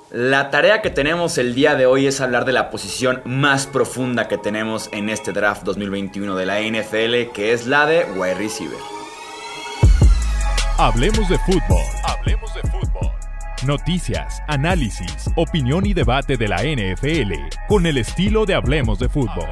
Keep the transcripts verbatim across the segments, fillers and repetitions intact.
La tarea que tenemos el día de hoy es hablar de la posición más profunda que tenemos en este draft dos mil veintiuno de la N F L, que es la de wide receiver. Hablemos de fútbol. Hablemos de fútbol. Noticias, análisis, opinión y debate de la N F L con el estilo de Hablemos de fútbol.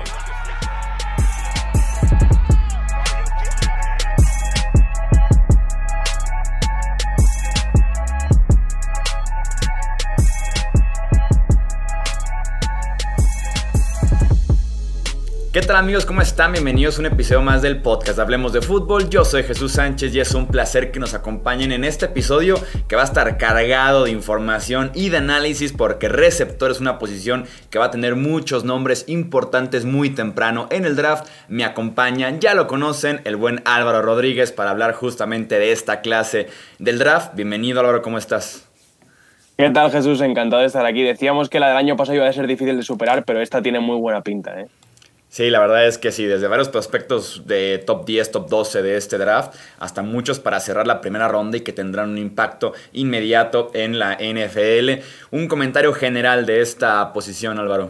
¿Qué tal amigos? ¿Cómo están? Bienvenidos a un episodio más del podcast Hablemos de Fútbol. Yo soy Jesús Sánchez y es un placer que nos acompañen en este episodio que va a estar cargado de información y de análisis, porque receptor es una posición que va a tener muchos nombres importantes muy temprano en el draft. Me acompañan, ya lo conocen, el buen Álvaro Rodríguez para hablar justamente de esta clase del draft. Bienvenido Álvaro, ¿cómo estás? ¿Qué tal Jesús? Encantado de estar aquí. Decíamos que la del año pasado iba a ser difícil de superar, pero esta tiene muy buena pinta, ¿eh? Sí, la verdad es que sí, desde varios prospectos de top diez, top doce de este draft, hasta muchos para cerrar la primera ronda y que tendrán un impacto inmediato en la N F L. Un comentario general de esta posición, Álvaro.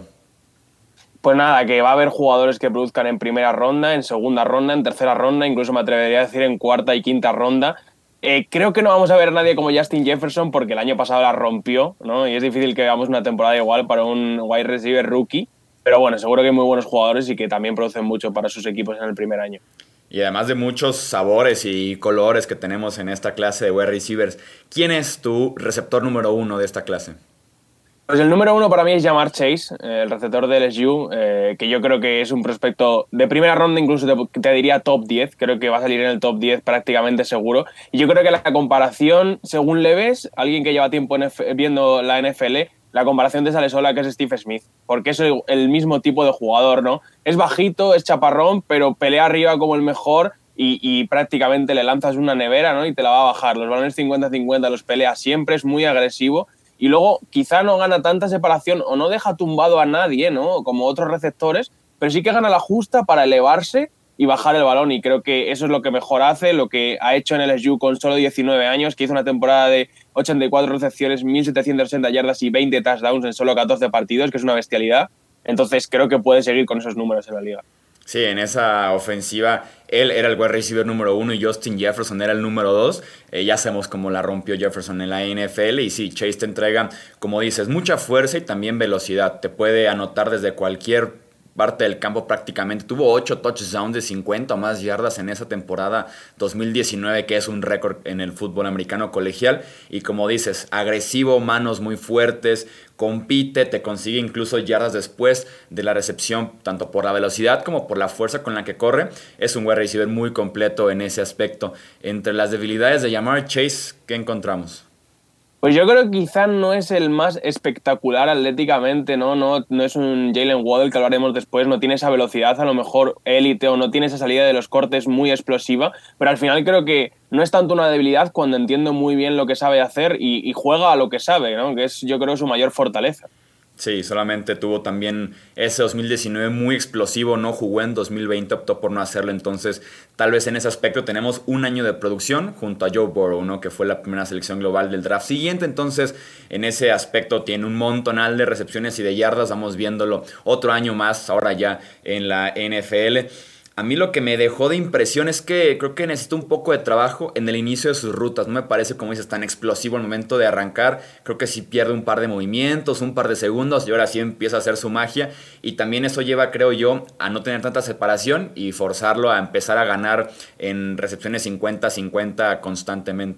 Pues nada, que va a haber jugadores que produzcan en primera ronda, en segunda ronda, en tercera ronda, incluso me atrevería a decir en cuarta y quinta ronda. Eh, creo que no vamos a ver a nadie como Justin Jefferson porque el año pasado la rompió, ¿no? Y es difícil que veamos una temporada igual para un wide receiver rookie. Pero bueno, seguro que hay muy buenos jugadores y que también producen mucho para sus equipos en el primer año. Y además de muchos sabores y colores que tenemos en esta clase de wide receivers, ¿quién es tu receptor número uno de esta clase? Pues el número uno para mí es Ja'Marr Chase, el receptor de L S U, eh, que yo creo que es un prospecto de primera ronda, incluso te, te diría top diez, creo que va a salir en el top diez prácticamente seguro. Y yo creo que la comparación, según le ves, alguien que lleva tiempo en F- viendo la N F L, la comparación te sale sola, que es Steve Smith, porque es el, el mismo tipo de jugador, ¿no? Es bajito, es chaparrón, pero pelea arriba como el mejor y, y prácticamente le lanzas una nevera, ¿no? Y te la va a bajar. Los balones cincuenta cincuenta los pelea siempre, es muy agresivo y luego quizá no gana tanta separación o no deja tumbado a nadie, ¿no? Como otros receptores, pero sí que gana la justa para elevarse y bajar el balón, y creo que eso es lo que mejor hace, lo que ha hecho en el L S U con solo diecinueve años, que hizo una temporada de ochenta y cuatro recepciones, mil setecientas ochenta yardas y veinte touchdowns en solo catorce partidos, que es una bestialidad. Entonces creo que puede seguir con esos números en la liga. Sí, en esa ofensiva él era el wide receiver número uno y Justin Jefferson era el número dos. Eh, ya sabemos cómo la rompió Jefferson en la N F L. Y sí, Chase te entrega, como dices, mucha fuerza y también velocidad. Te puede anotar desde cualquier parte del campo prácticamente. Tuvo ocho touchdowns de cincuenta o más yardas en esa temporada dos mil diecinueve, que es un récord en el fútbol americano colegial. Y como dices, agresivo, manos muy fuertes, compite, te consigue incluso yardas después de la recepción, tanto por la velocidad como por la fuerza con la que corre. Es un wide receiver muy completo en ese aspecto. Entre las debilidades de Ja'Marr Chase, ¿qué encontramos? Pues yo creo que quizá no es el más espectacular atléticamente, ¿no? No, no es un Jalen Waddle, que hablaremos después, no tiene esa velocidad, a lo mejor élite, o no tiene esa salida de los cortes muy explosiva, pero al final creo que no es tanto una debilidad cuando entiendo muy bien lo que sabe hacer y, y juega a lo que sabe, ¿no? Que es, yo creo, su mayor fortaleza. Sí, solamente tuvo también ese dos mil diecinueve muy explosivo, no jugó en dos mil veinte, optó por no hacerlo, entonces tal vez en ese aspecto tenemos un año de producción junto a Joe Burrow, ¿no? Que fue la primera selección global del draft siguiente, entonces en ese aspecto tiene un montonal de recepciones y de yardas, vamos viéndolo otro año más ahora ya en la N F L. A mí lo que me dejó de impresión es que creo que necesita un poco de trabajo en el inicio de sus rutas. No me parece, como dices, tan explosivo al momento de arrancar. Creo que sí pierde un par de movimientos, un par de segundos y ahora sí empieza a hacer su magia. Y también eso lleva, creo yo, a no tener tanta separación y forzarlo a empezar a ganar en recepciones cincuenta cincuenta constantemente.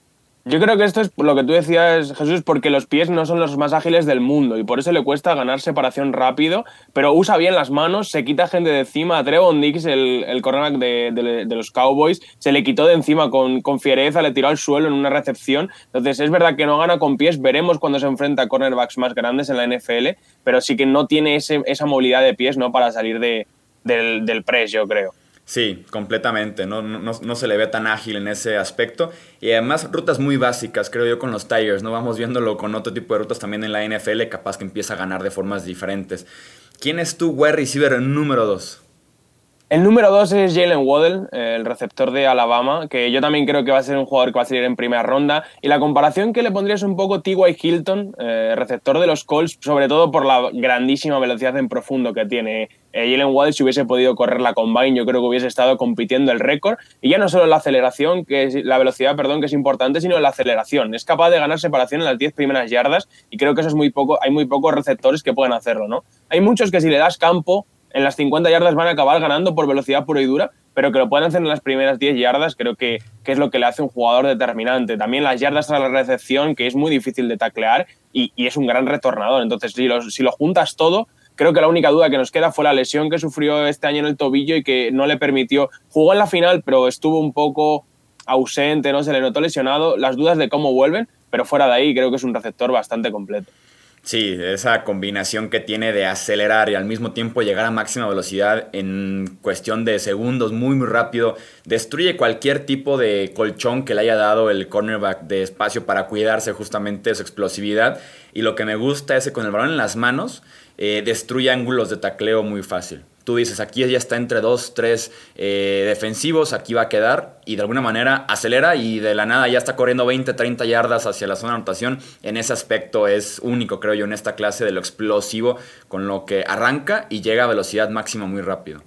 Yo creo que esto es lo que tú decías, Jesús, porque los pies no son los más ágiles del mundo y por eso le cuesta ganar separación rápido, pero usa bien las manos, se quita gente de encima. A Trevon Diggs, el, el cornerback de, de, de los Cowboys, se le quitó de encima con, con fiereza, le tiró al suelo en una recepción. Entonces es verdad que no gana con pies, veremos cuando se enfrenta a cornerbacks más grandes en la N F L, pero sí que no tiene ese, esa movilidad de pies, ¿no? Para salir de, del, del press, yo creo. Sí, completamente, no, no, no se le ve tan ágil en ese aspecto y además rutas muy básicas, creo yo, con los Tigers, ¿no? Vamos viéndolo con otro tipo de rutas también en la N F L, capaz que empieza a ganar de formas diferentes. ¿Quién es tu wide receiver número dos? El número dos es Jalen Waddle, el receptor de Alabama, que yo también creo que va a ser un jugador que va a salir en primera ronda. Y la comparación que le pondría es un poco T Y. Hilton, eh, receptor de los Colts, sobre todo por la grandísima velocidad en profundo que tiene. Eh, Jalen Waddle, si hubiese podido correr la combine, yo creo que hubiese estado compitiendo el récord. Y ya no solo la aceleración, que es, la velocidad, perdón, que es importante, sino la aceleración. Es capaz de ganar separación en las diez primeras yardas y creo que eso es muy poco. Hay muy pocos receptores que pueden hacerlo, ¿no? Hay muchos que si le das campo, en las cincuenta yardas van a acabar ganando por velocidad pura y dura, pero que lo pueden hacer en las primeras diez yardas creo que, que es lo que le hace un jugador determinante. También las yardas a la recepción, que es muy difícil de taclear y, y es un gran retornador. Entonces, si lo, si lo juntas todo, creo que la única duda que nos queda fue la lesión que sufrió este año en el tobillo y que no le permitió. Jugó en la final, pero estuvo un poco ausente, no se le notó lesionado. Las dudas de cómo vuelven, pero fuera de ahí creo que es un receptor bastante completo. Sí, esa combinación que tiene de acelerar y al mismo tiempo llegar a máxima velocidad en cuestión de segundos, muy muy rápido, destruye cualquier tipo de colchón que le haya dado el cornerback de espacio para cuidarse justamente de su explosividad. Y lo que me gusta es que con el balón en las manos eh, destruye ángulos de tacleo muy fácil. Tú dices, aquí ya está entre dos, tres eh, defensivos, aquí va a quedar y de alguna manera acelera y de la nada ya está corriendo veinte, treinta yardas hacia la zona de anotación. En ese aspecto es único, creo yo, en esta clase de lo explosivo, con lo que arranca y llega a velocidad máxima muy rápido.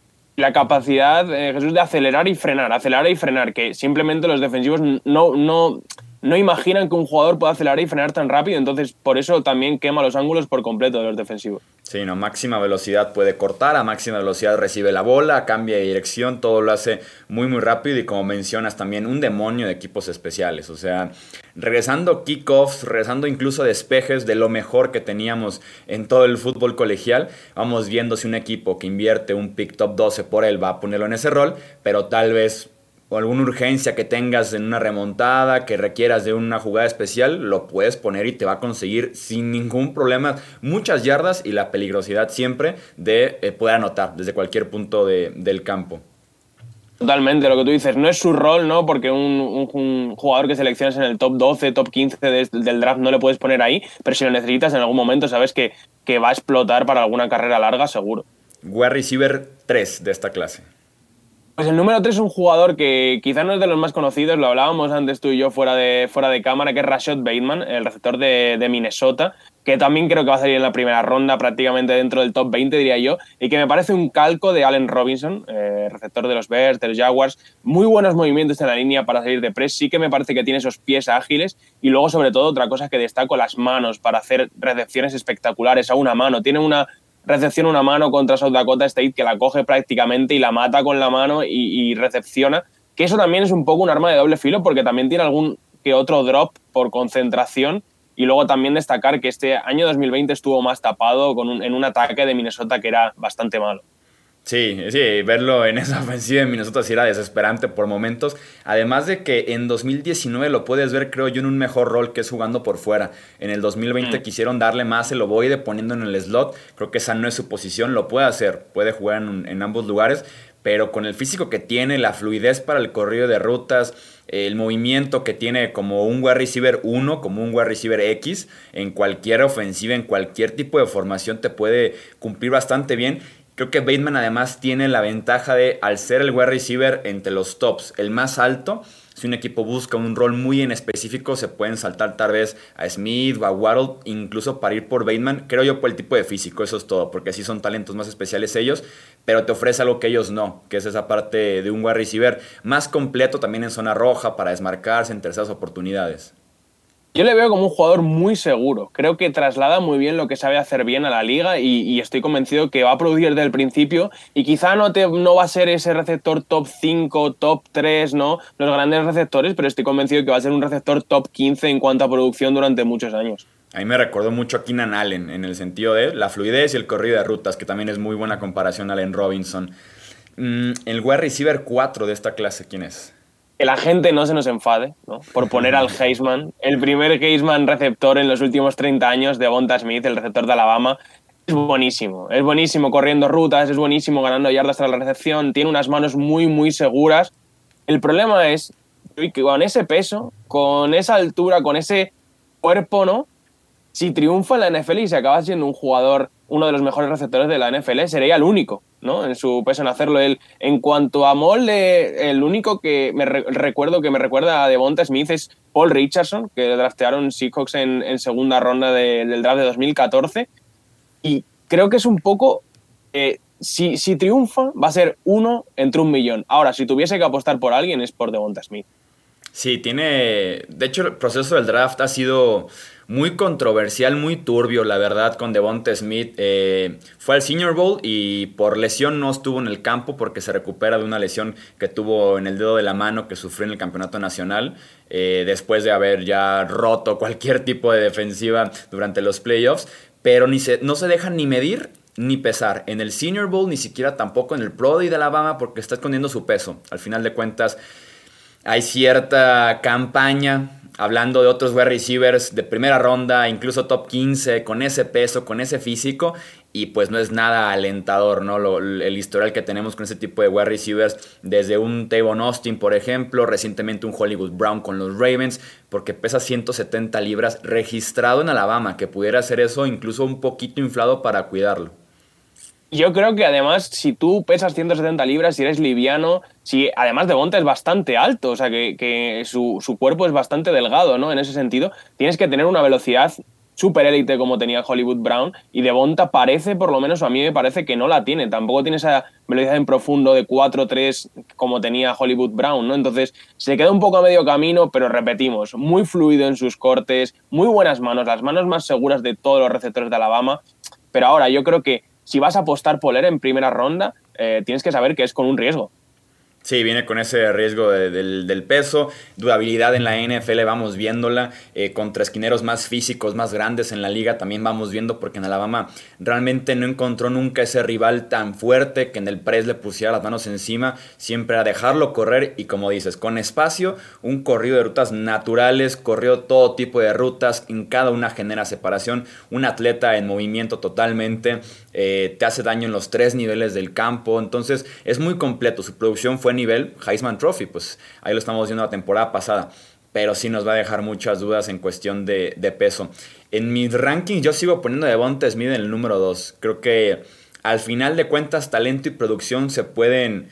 La capacidad, eh, Jesús, de acelerar y frenar, acelerar y frenar, que simplemente los defensivos no, no, no imaginan que un jugador pueda acelerar y frenar tan rápido, entonces por eso también quema los ángulos por completo de los defensivos. Sí, no, máxima velocidad puede cortar, a máxima velocidad recibe la bola, cambia de dirección, todo lo hace muy muy rápido y como mencionas también un demonio de equipos especiales, o sea, regresando kickoffs, regresando incluso despejes de lo mejor que teníamos en todo el fútbol colegial, vamos viendo si un equipo que invierte un pick top doce por él va a ponerlo en ese rol, pero tal vez o alguna urgencia que tengas en una remontada, que requieras de una jugada especial, lo puedes poner y te va a conseguir sin ningún problema muchas yardas y la peligrosidad siempre de eh, poder anotar desde cualquier punto de, del campo. Totalmente, lo que tú dices, no es su rol, ¿no? Porque un, un, un jugador que seleccionas en el top doce, top quince de, del draft no le puedes poner ahí, pero si lo necesitas en algún momento sabes que, que va a explotar para alguna carrera larga, seguro. Wide receiver tres de esta clase. Pues el número tres es un jugador que quizás no es de los más conocidos, lo hablábamos antes tú y yo fuera de, fuera de cámara, que es Rashad Bateman, el receptor de, de Minnesota, que también creo que va a salir en la primera ronda, prácticamente dentro del top veinte, diría yo, y que me parece un calco de Allen Robinson, eh, receptor de los Bears, de los Jaguars. Muy buenos movimientos en la línea para salir de press, sí que me parece que tiene esos pies ágiles, y luego, sobre todo, otra cosa que destaco, las manos, para hacer recepciones espectaculares a una mano. Tiene una recepción una mano contra South Dakota State que la coge prácticamente y la mata con la mano y, y recepciona, que eso también es un poco un arma de doble filo porque también tiene algún que otro drop por concentración. Y luego también destacar que este año dos mil veinte estuvo más tapado con un, en un ataque de Minnesota que era bastante malo. Sí, sí, verlo en esa ofensiva de Minnesota sí era desesperante por momentos. Además de que en dos mil diecinueve lo puedes ver, creo yo, en un mejor rol que es jugando por fuera. En el dos mil veinte mm. quisieron darle más el ovoide poniendo en el slot. Creo que esa no es su posición, lo puede hacer, puede jugar en, en ambos lugares. Pero con el físico que tiene, la fluidez para el corrido de rutas, el movimiento que tiene como un wide receiver uno, como un wide receiver X, en cualquier ofensiva, en cualquier tipo de formación te puede cumplir bastante bien. Creo que Bateman además tiene la ventaja de, al ser el wide receiver entre los tops, el más alto, si un equipo busca un rol muy en específico, se pueden saltar tal vez a Smith o a Waddle, incluso para ir por Bateman, creo yo por el tipo de físico, eso es todo, porque sí son talentos más especiales ellos, pero te ofrece algo que ellos no, que es esa parte de un wide receiver más completo también en zona roja para desmarcarse en terceras oportunidades. Yo le veo como un jugador muy seguro. Creo que traslada muy bien lo que sabe hacer bien a la liga y, y estoy convencido que va a producir desde el principio y quizá no, te, no va a ser ese receptor top cinco, top tres, ¿no? Los grandes receptores, pero estoy convencido que va a ser un receptor top quince en cuanto a producción durante muchos años. A mí me recordó mucho a Keenan Allen en el sentido de la fluidez y el corrido de rutas, que también es muy buena comparación a Allen Robinson. Mm, el wide receiver cuatro de esta clase, ¿quién es? Que la gente no se nos enfade, ¿no? Por poner al Heisman, el primer Heisman receptor en los últimos treinta años, Devonta Smith, el receptor de Alabama. Es buenísimo, es buenísimo corriendo rutas, es buenísimo ganando yardas tras la recepción, tiene unas manos muy, muy seguras. El problema es que con ese peso, con esa altura, con ese cuerpo, ¿no? Si triunfa en la N F L y se acaba siendo un jugador, uno de los mejores receptores de la N F L, sería el único. ¿no? En su peso en hacerlo. Él, en cuanto a molde, el único que me re recuerdo que me recuerda a Devonta Smith es Paul Richardson, que draftearon Seahawks en, en segunda ronda de, del draft de dos mil catorce. Y creo que es un poco... Eh, si, si triunfa, va a ser uno entre un millón. Ahora, si tuviese que apostar por alguien, es por Devonta Smith. Sí, tiene... De hecho, el proceso del draft ha sido muy controversial, muy turbio, la verdad, con Devonta Smith. Eh, fue al Senior Bowl y por lesión no estuvo en el campo porque se recupera de una lesión que tuvo en el dedo de la mano que sufrió en el campeonato nacional, eh, después de haber ya roto cualquier tipo de defensiva durante los playoffs. Pero ni se, no se deja ni medir ni pesar. En el Senior Bowl, ni siquiera tampoco en el Pro Day de Alabama, porque está escondiendo su peso. Al final de cuentas, hay cierta campaña hablando de otros wide receivers de primera ronda, incluso top quince, con ese peso, con ese físico, y pues no es nada alentador, ¿no? Lo, el historial que tenemos con ese tipo de wide receivers, desde un Tavon Austin, por ejemplo, recientemente un Hollywood Brown con los Ravens, porque pesa ciento setenta libras, registrado en Alabama, que pudiera hacer eso incluso un poquito inflado para cuidarlo. Yo creo que además, si tú pesas ciento setenta libras, si eres liviano, si además Devonta es bastante alto, o sea que, que su, su cuerpo es bastante delgado, ¿no? En ese sentido, tienes que tener una velocidad super élite como tenía Hollywood Brown, y Devonta parece, por lo menos a mí me parece que no la tiene. Tampoco tiene esa velocidad en profundo de cuatro tres como tenía Hollywood Brown, ¿no? Entonces se queda un poco a medio camino, pero repetimos, muy fluido en sus cortes, muy buenas manos, las manos más seguras de todos los receptores de Alabama. Pero ahora yo creo que si vas a apostar por él en primera ronda, eh, tienes que saber que es con un riesgo. Sí, viene con ese riesgo de, del, del peso, durabilidad en la N F L vamos viéndola, eh, contra esquineros más físicos, más grandes en la liga también vamos viendo, porque en Alabama realmente no encontró nunca ese rival tan fuerte que en el press le pusiera las manos encima, siempre a dejarlo correr y, como dices, con espacio, un corrido de rutas naturales, corrió todo tipo de rutas, en cada una genera separación, un atleta en movimiento totalmente, eh, te hace daño en los tres niveles del campo, entonces es muy completo, su producción fue nivel Heisman Trophy, pues ahí lo estamos viendo la temporada pasada, pero sí nos va a dejar muchas dudas en cuestión de, de peso. En mis rankings yo sigo poniendo a Devonta Smith en el número dos. Creo que al final de cuentas talento y producción se pueden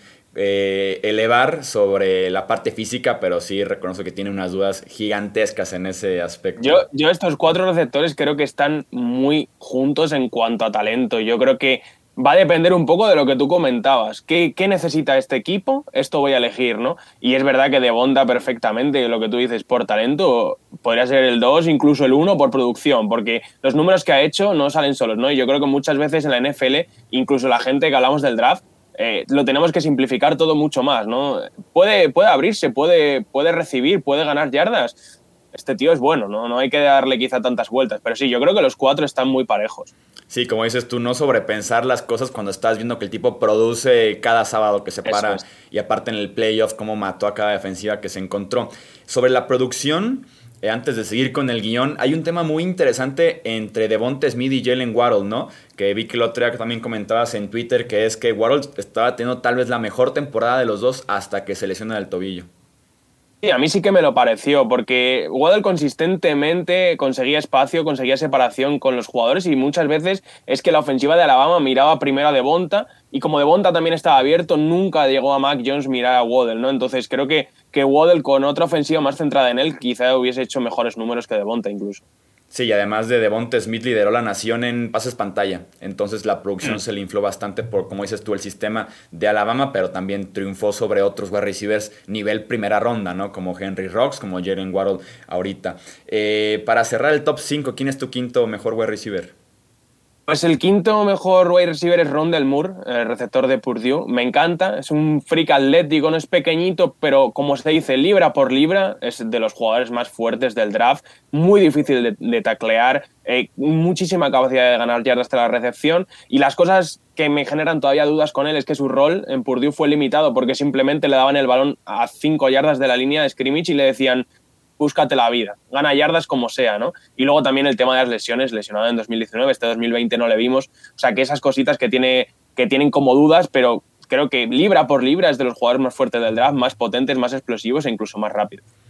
eh, elevar sobre la parte física, pero sí reconozco que tiene unas dudas gigantescas en ese aspecto. Yo, yo estos cuatro receptores creo que están muy juntos en cuanto a talento. Yo creo que va a depender un poco de lo que tú comentabas. ¿Qué, qué necesita este equipo? Esto voy a elegir, ¿no? Y es verdad que Devonta perfectamente, lo que tú dices, por talento, podría ser el dos, incluso el uno por producción, porque los números que ha hecho no salen solos, ¿no? Y yo creo que muchas veces en la N F L, incluso la gente que hablamos del draft, eh, lo tenemos que simplificar todo mucho más, ¿no? Puede, puede abrirse, puede, puede recibir, puede ganar yardas. Este tío es bueno, ¿no? No hay que darle quizá tantas vueltas, pero sí, yo creo que los cuatro están muy parejos. Sí, como dices tú, no sobrepensar las cosas cuando estás viendo que el tipo produce cada sábado que se para, es. Y aparte en el playoff cómo mató a cada defensiva que se encontró. Sobre la producción, eh, antes de seguir con el guión, hay un tema muy interesante entre Devonta Smith y Jalen Waddle, ¿no? Que vi que el otro día también comentabas en Twitter, que es que Waddle estaba teniendo tal vez la mejor temporada de los dos hasta que se lesiona el tobillo. Sí, a mí sí que me lo pareció, porque Waddle consistentemente conseguía espacio, conseguía separación con los jugadores, y muchas veces es que la ofensiva de Alabama miraba primero a Devonta, y como Devonta también estaba abierto, nunca llegó a Mac Jones mirar a Waddle, ¿no? Entonces creo que, que Waddle con otra ofensiva más centrada en él quizá hubiese hecho mejores números que Devonta incluso. Sí, y además de Devonta Smith lideró la nación en pases pantalla, entonces la producción mm. se le infló bastante por, como dices tú, el sistema de Alabama, pero también triunfó sobre otros wide receivers nivel primera ronda, ¿no? Como Henry Rocks, como Jalen Waddle ahorita. Eh, para cerrar el top cinco, ¿quién es tu quinto mejor wide receiver? Pues el quinto mejor wide receiver es Rondale Moore, el receptor de Purdue. Me encanta, es un freak atlético, no es pequeñito, pero como se dice, libra por libra, es de los jugadores más fuertes del draft, muy difícil de, de taclear, eh, muchísima capacidad de ganar yardas hasta la recepción, y las cosas que me generan todavía dudas con él es que su rol en Purdue fue limitado porque simplemente le daban el balón a cinco yardas de la línea de scrimmage y le decían: búscate la vida, gana yardas como sea, ¿no? Y luego también el tema de las lesiones, lesionado en dos mil diecinueve, este dos mil veinte no le vimos, o sea que esas cositas que, tiene, que tienen como dudas, pero creo que libra por libra es de los jugadores más fuertes del draft, más potentes, más explosivos e incluso más rápidos.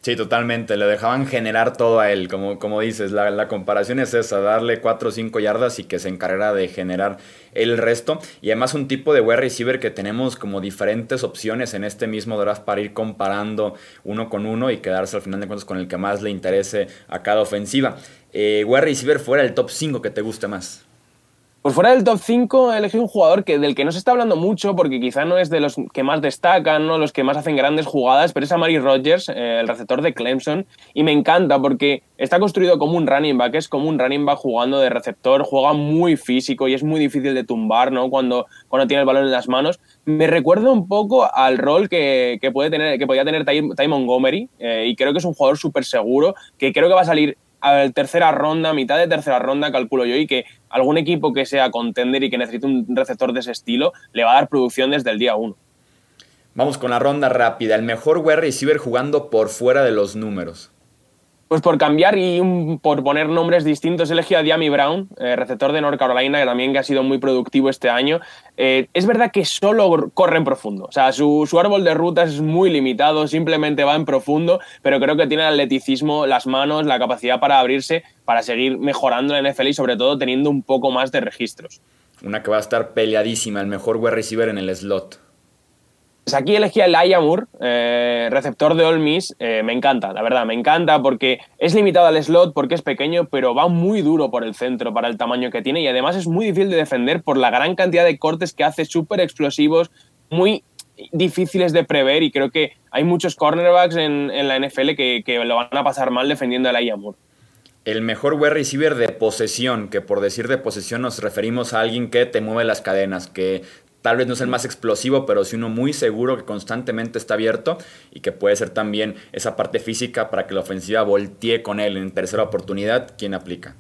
Sí, totalmente. Le dejaban generar todo a él. Como, como dices, la, la comparación es esa, darle cuatro o cinco yardas y que se encargara de generar el resto. Y además un tipo de wide receiver que tenemos como diferentes opciones en este mismo draft para ir comparando uno con uno y quedarse al final de cuentas con el que más le interese a cada ofensiva. Eh, wide receiver fuera del top cinco que te guste más. Pues fuera del top cinco he elegido un jugador que, del que no se está hablando mucho porque quizá no es de los que más destacan, ¿no? Los que más hacen grandes jugadas, pero es Amari Rodgers, eh, el receptor de Clemson, y me encanta porque está construido como un running back, es como un running back jugando de receptor, juega muy físico y es muy difícil de tumbar, ¿no? Cuando, cuando tiene el balón en las manos. Me recuerda un poco al rol que, que, puede tener, que podía tener Ty, Ty Montgomery, eh, y creo que es un jugador súper seguro, que creo que va a salir a tercera ronda, mitad de tercera ronda, calculo yo, y que algún equipo que sea contender y que necesite un receptor de ese estilo le va a dar producción desde el día uno. Vamos con la ronda rápida. El mejor wide receiver jugando por fuera de los números. Pues por cambiar y un, por poner nombres distintos, he elegido a Dyami Brown, eh, receptor de North Carolina, que también que ha sido muy productivo este año. Eh, es verdad que solo corre en profundo, o sea, su, su árbol de rutas es muy limitado, simplemente va en profundo, pero creo que tiene el atleticismo, las manos, la capacidad para abrirse, para seguir mejorando en la N F L y sobre todo teniendo un poco más de registros. Una que va a estar peleadísima, el mejor wide receiver en el slot. Pues aquí elegí a Elijah Moore, eh, receptor de Ole Miss. Eh, me encanta, la verdad, me encanta porque es limitado al slot, porque es pequeño, pero va muy duro por el centro para el tamaño que tiene y además es muy difícil de defender por la gran cantidad de cortes que hace, súper explosivos, muy difíciles de prever y creo que hay muchos cornerbacks en, en la N F L que, que lo van a pasar mal defendiendo a Elijah Moore. El mejor wide receiver de posesión, que por decir de posesión nos referimos a alguien que te mueve las cadenas, que tal vez no es el más explosivo, pero sí uno muy seguro que constantemente está abierto y que puede ser también esa parte física para que la ofensiva voltee con él en tercera oportunidad. ¿Quién aplica?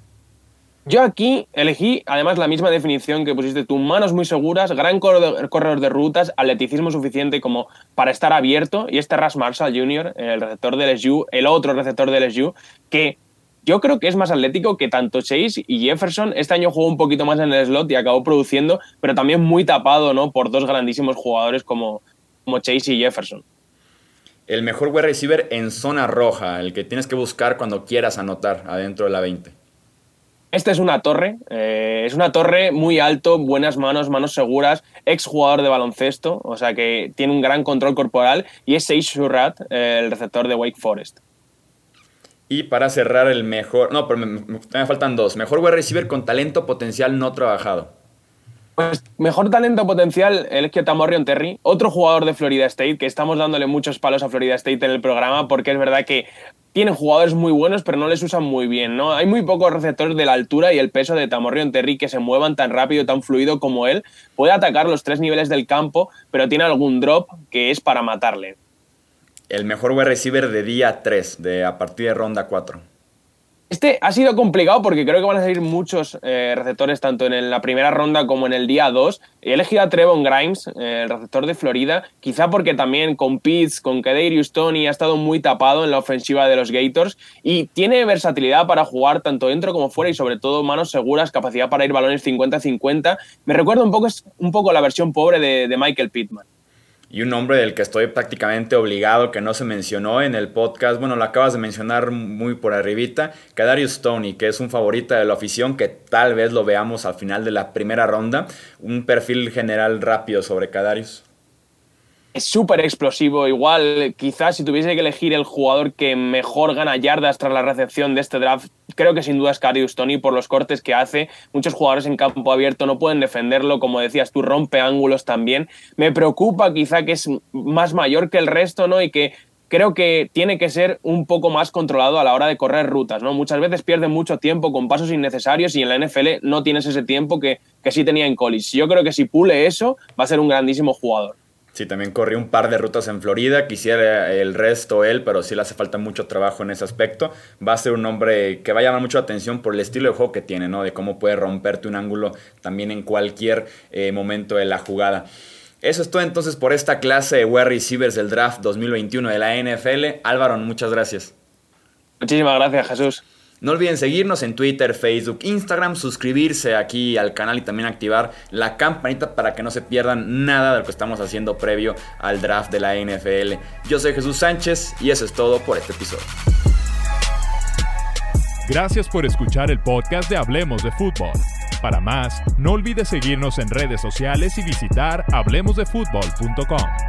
Yo aquí elegí, además, la misma definición que pusiste tú, manos muy seguras, gran corredor de rutas, atleticismo suficiente como para estar abierto, y este Ras Marshall junior, el receptor de L S U, el otro receptor de L S U, que yo creo que es más atlético que tanto Chase y Jefferson. Este año jugó un poquito más en el slot y acabó produciendo, pero también muy tapado, ¿no? Por dos grandísimos jugadores como, como Chase y Jefferson. El mejor wide receiver en zona roja, el que tienes que buscar cuando quieras anotar adentro de la veinte. Este es una torre, eh, es una torre muy alto, buenas manos, manos seguras, ex jugador de baloncesto, o sea que tiene un gran control corporal, y es Sage Surratt, eh, el receptor de Wake Forest. Y para cerrar el mejor... No, pero me, me, me faltan dos. Mejor wide receiver con talento potencial no trabajado. Pues mejor talento potencial, el que Tamorrion Terry, otro jugador de Florida State, que estamos dándole muchos palos a Florida State en el programa, porque es verdad que tienen jugadores muy buenos, pero no les usan muy bien, ¿no? Hay muy pocos receptores de la altura y el peso de Tamorrion Terry que se muevan tan rápido, tan fluido como él. Puede atacar los tres niveles del campo, pero tiene algún drop que es para matarle. El mejor wide receiver de día tres, de a partir de ronda cuatro. Este ha sido complicado porque creo que van a salir muchos eh, receptores tanto en la primera ronda como en el día dos. He elegido a Trevon Grimes, eh, el receptor de Florida, quizá porque también con Pitts, con Kadarius Toney ha estado muy tapado en la ofensiva de los Gators y tiene versatilidad para jugar tanto dentro como fuera y sobre todo manos seguras, capacidad para ir balones cincuenta cincuenta. Me recuerda un poco, un poco la versión pobre de, de Michael Pittman. Y un nombre del que estoy prácticamente obligado, que no se mencionó en el podcast, bueno, lo acabas de mencionar muy por arribita, Kadarius Toney, que es un favorito de la afición, que tal vez lo veamos al final de la primera ronda. Un perfil general rápido sobre Kadarius. Es súper explosivo, igual quizás si tuviese que elegir el jugador que mejor gana yardas tras la recepción de este draft, creo que sin duda es Kadarius Toney por los cortes que hace. Muchos jugadores en campo abierto no pueden defenderlo, como decías tú, rompe ángulos también. Me preocupa quizá que es más mayor que el resto, ¿no? Y que creo que tiene que ser un poco más controlado a la hora de correr rutas, ¿no? Muchas veces pierde mucho tiempo con pasos innecesarios y en la N F L no tienes ese tiempo que, que sí tenía en college. Yo creo que si pule eso, va a ser un grandísimo jugador. Sí, también corrió un par de rutas en Florida, quisiera el resto él, pero sí le hace falta mucho trabajo en ese aspecto. Va a ser un hombre que va a llamar mucho la atención por el estilo de juego que tiene, ¿no? De cómo puede romperte un ángulo también en cualquier eh, momento de la jugada. Eso es todo entonces por esta clase de wide receivers del draft dos mil veintiuno de la N F L. Álvaro, muchas gracias. Muchísimas gracias, Jesús. No olviden seguirnos en Twitter, Facebook, Instagram, suscribirse aquí al canal y también activar la campanita para que no se pierdan nada de lo que estamos haciendo previo al draft de la N F L. Yo soy Jesús Sánchez y eso es todo por este episodio. Gracias por escuchar el podcast de Hablemos de Fútbol. Para más, no olvides seguirnos en redes sociales y visitar hablemos de fútbol punto com.